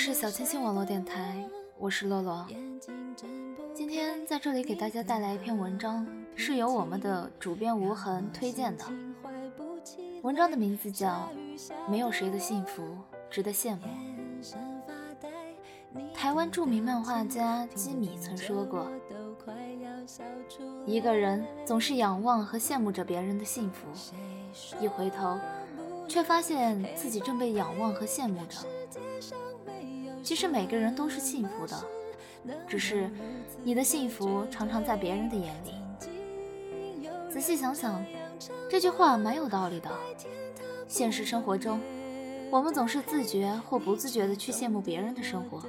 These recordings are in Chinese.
是小清新网络电台，我是洛洛。今天在这里给大家带来一篇文章，是由我们的主编无痕推荐的。文章的名字叫《没有谁的幸福值得羡慕》。台湾著名漫画家基米曾说过，一个人总是仰望和羡慕着别人的幸福，一回头却发现自己正被仰望和羡慕着。其实每个人都是幸福的，只是你的幸福常常在别人的眼里。仔细想想，这句话蛮有道理的。现实生活中，我们总是自觉或不自觉地去羡慕别人的生活。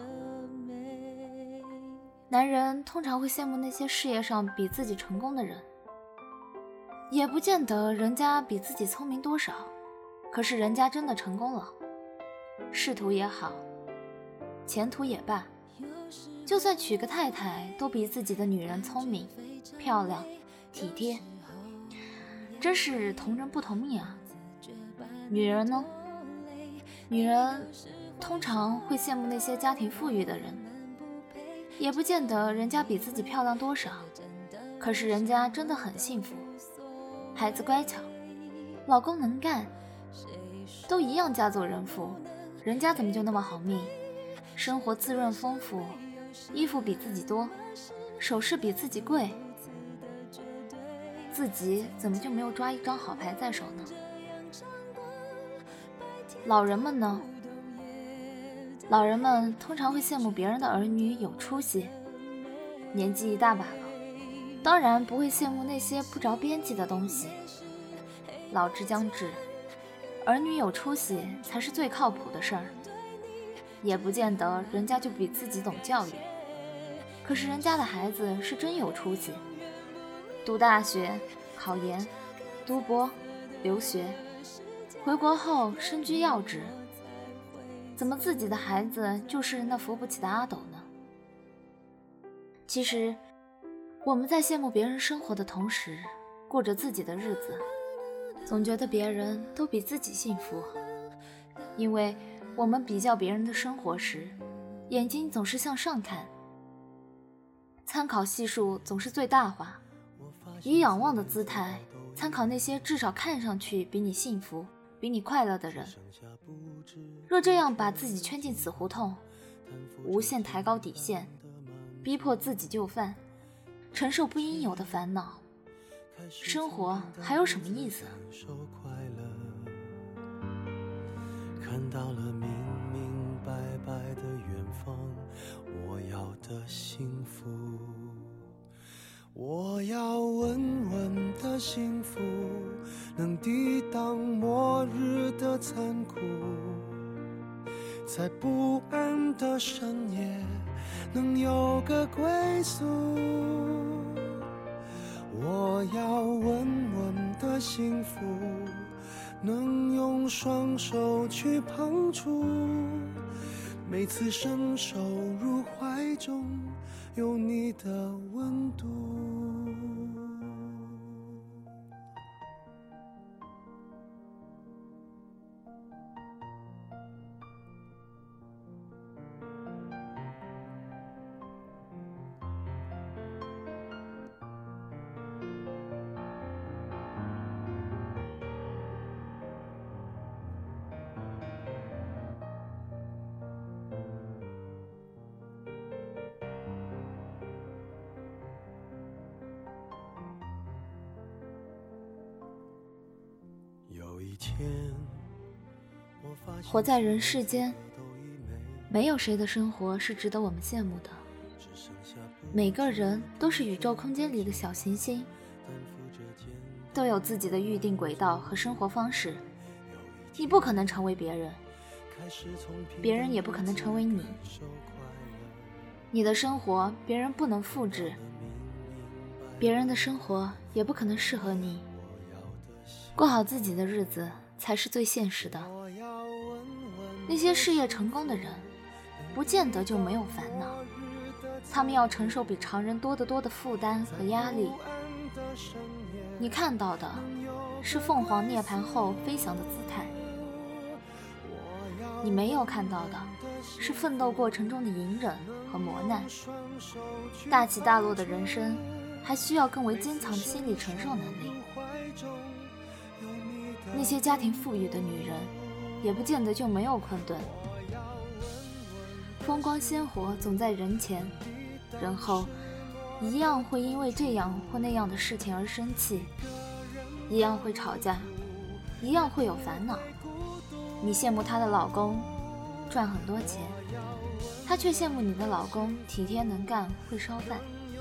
男人通常会羡慕那些事业上比自己成功的人，也不见得人家比自己聪明多少，可是人家真的成功了，仕途也好，前途也罢，就算娶个太太都比自己的女人聪明、漂亮、体贴，真是同人不同命啊。女人呢？女人通常会羡慕那些家庭富裕的人，也不见得人家比自己漂亮多少，可是人家真的很幸福，孩子乖巧，老公能干，都一样嫁作人妇，人家怎么就那么好命？生活滋润丰富，衣服比自己多，首饰比自己贵，自己怎么就没有抓一张好牌在手呢？老人们呢？老人们通常会羡慕别人的儿女有出息，年纪一大把了，当然不会羡慕那些不着边际的东西。老之将至，儿女有出息才是最靠谱的事儿。也不见得人家就比自己懂教育，可是人家的孩子是真有出息，读大学、考研、读博、留学，回国后身居要职，怎么自己的孩子就是那扶不起的阿斗呢？其实我们在羡慕别人生活的同时，过着自己的日子，总觉得别人都比自己幸福，因为我们比较别人的生活时，眼睛总是向上看，参考系数总是最大化，以仰望的姿态参考那些至少看上去比你幸福、比你快乐的人。若这样把自己圈进死胡同，无限抬高底线，逼迫自己就范，承受不应有的烦恼，生活还有什么意思？ 看到了明明白白的远方，我要的幸福，我要稳稳的幸福，能抵挡末日的残酷，在不安的深夜能有个归宿。我要稳稳的幸福，能用双手去碰触，每次伸手入怀中有你的温度。 活在人世间，没有谁的生活是值得我们羡慕的。每个人都是宇宙空间里的小行星，都有自己的预定轨道和生活方式。你不可能成为别人，别人也不可能成为你。你的生活别人不能复制，别人的生活也不可能适合你。过好自己的日子才是最现实的。那些事业成功的人，不见得就没有烦恼，他们要承受比常人多得多的负担和压力。你看到的是凤凰涅槃后飞翔的姿态，你没有看到的是奋斗过程中的隐忍和磨难。大起大落的人生还需要更为坚强的心理承受能力。那些家庭富裕的女人也不见得就没有困顿。风光鲜活总在人前，人后一样会因为这样或那样的事情而生气，一样会吵架，一样会有烦恼。你羡慕她的老公赚很多钱，她却羡慕你的老公体贴能干会烧饭。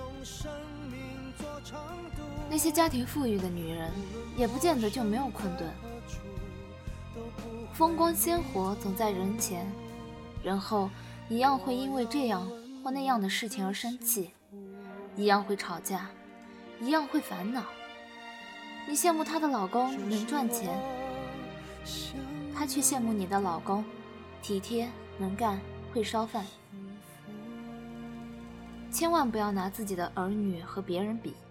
那些家庭富裕的女人也不见得就没有困顿。风光鲜活总在人前，人后一样会因为这样或那样的事情而生气，一样会吵架，一样会烦恼。你羡慕她的老公能赚钱，她却羡慕你的老公体贴能干会烧饭。千万不要拿自己的儿女和别人比。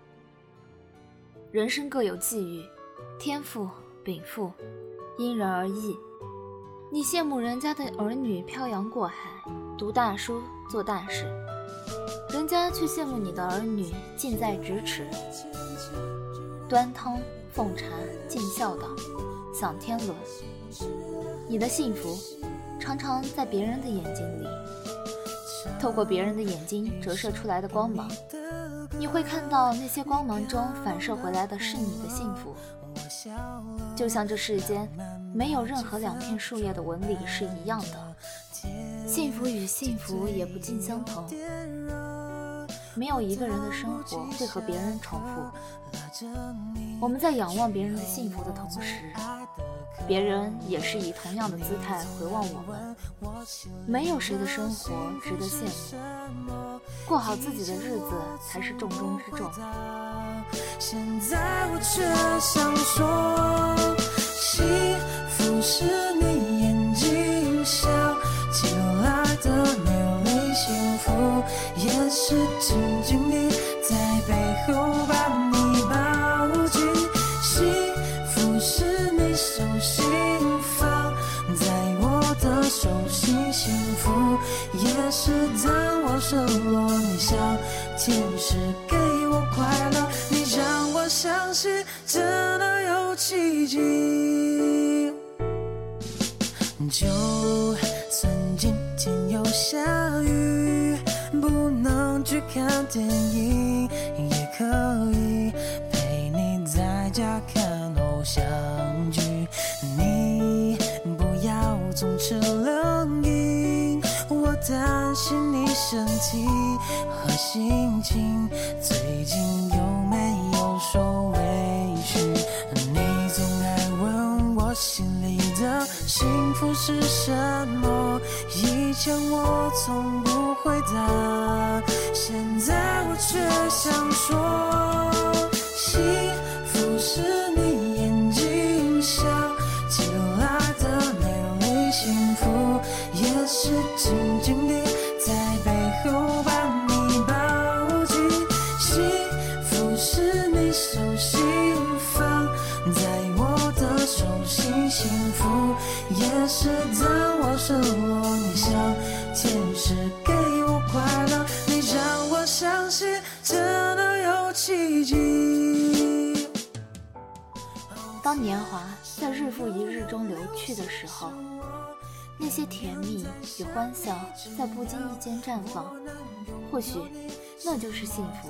人生各有际遇，天赋禀赋因人而异。你羡慕人家的儿女漂洋过海读大书做大事，人家却羡慕你的儿女近在咫尺，端汤奉茶尽孝道享天伦。你的幸福常常在别人的眼睛里，透过别人的眼睛折射出来的光芒，你会看到那些光芒中反射回来的是你的幸福。就像这世间没有任何两片树叶的纹理是一样的，幸福与幸福也不尽相同。没有一个人的生活会和别人重复。我们在仰望别人的幸福的同时，别人也是以同样的姿态回望我们。没有谁的生活值得羡慕，过好自己的日子才是重中之重。 现在我却想说，幸福是你眼睛笑起来的美丽，幸福也是静静地在背后把你抱紧。幸福是你手心放在我的手心，幸福也是当我失落你像天使给我快乐，你让我相信真的有奇迹。就算今天有下雨，不能去看电影，也可以陪你在家看偶像剧。你不要总吃冷饮，我担心你身体和心情最近有没有受委屈。你总爱问我心里的幸福是什么，以前我从不回答，现在我却想说，幸福是你眼睛笑起来的美丽，幸福也是静静地在背后把你抱紧。幸福是你手心放在我的手心，幸福也是当我失落你像天使给我快乐，你让我相信真的有奇迹。 当年华在日复一日中流去的时候，那些甜蜜与欢笑在不经意间绽放，或许那就是幸福。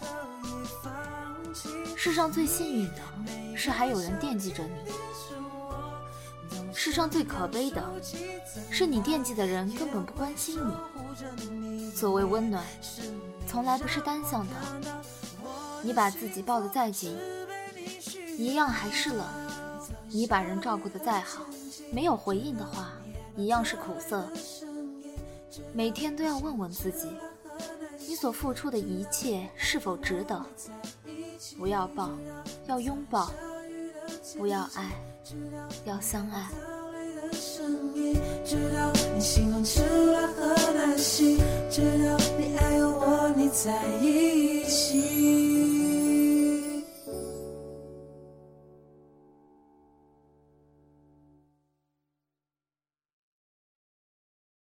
世上最幸运的是还有人惦记着你，世上最可悲的是你惦记的人根本不关心你。所谓温暖从来不是单向的，你把自己抱得再紧，一样还是冷；你把人照顾得再好，没有回应的话，一样是苦涩。每天都要问问自己，你所付出的一切是否值得？不要抱，要拥抱；不要爱，要相爱。 知道你喜欢吃辣和难洗，知道你爱有我，你在一起。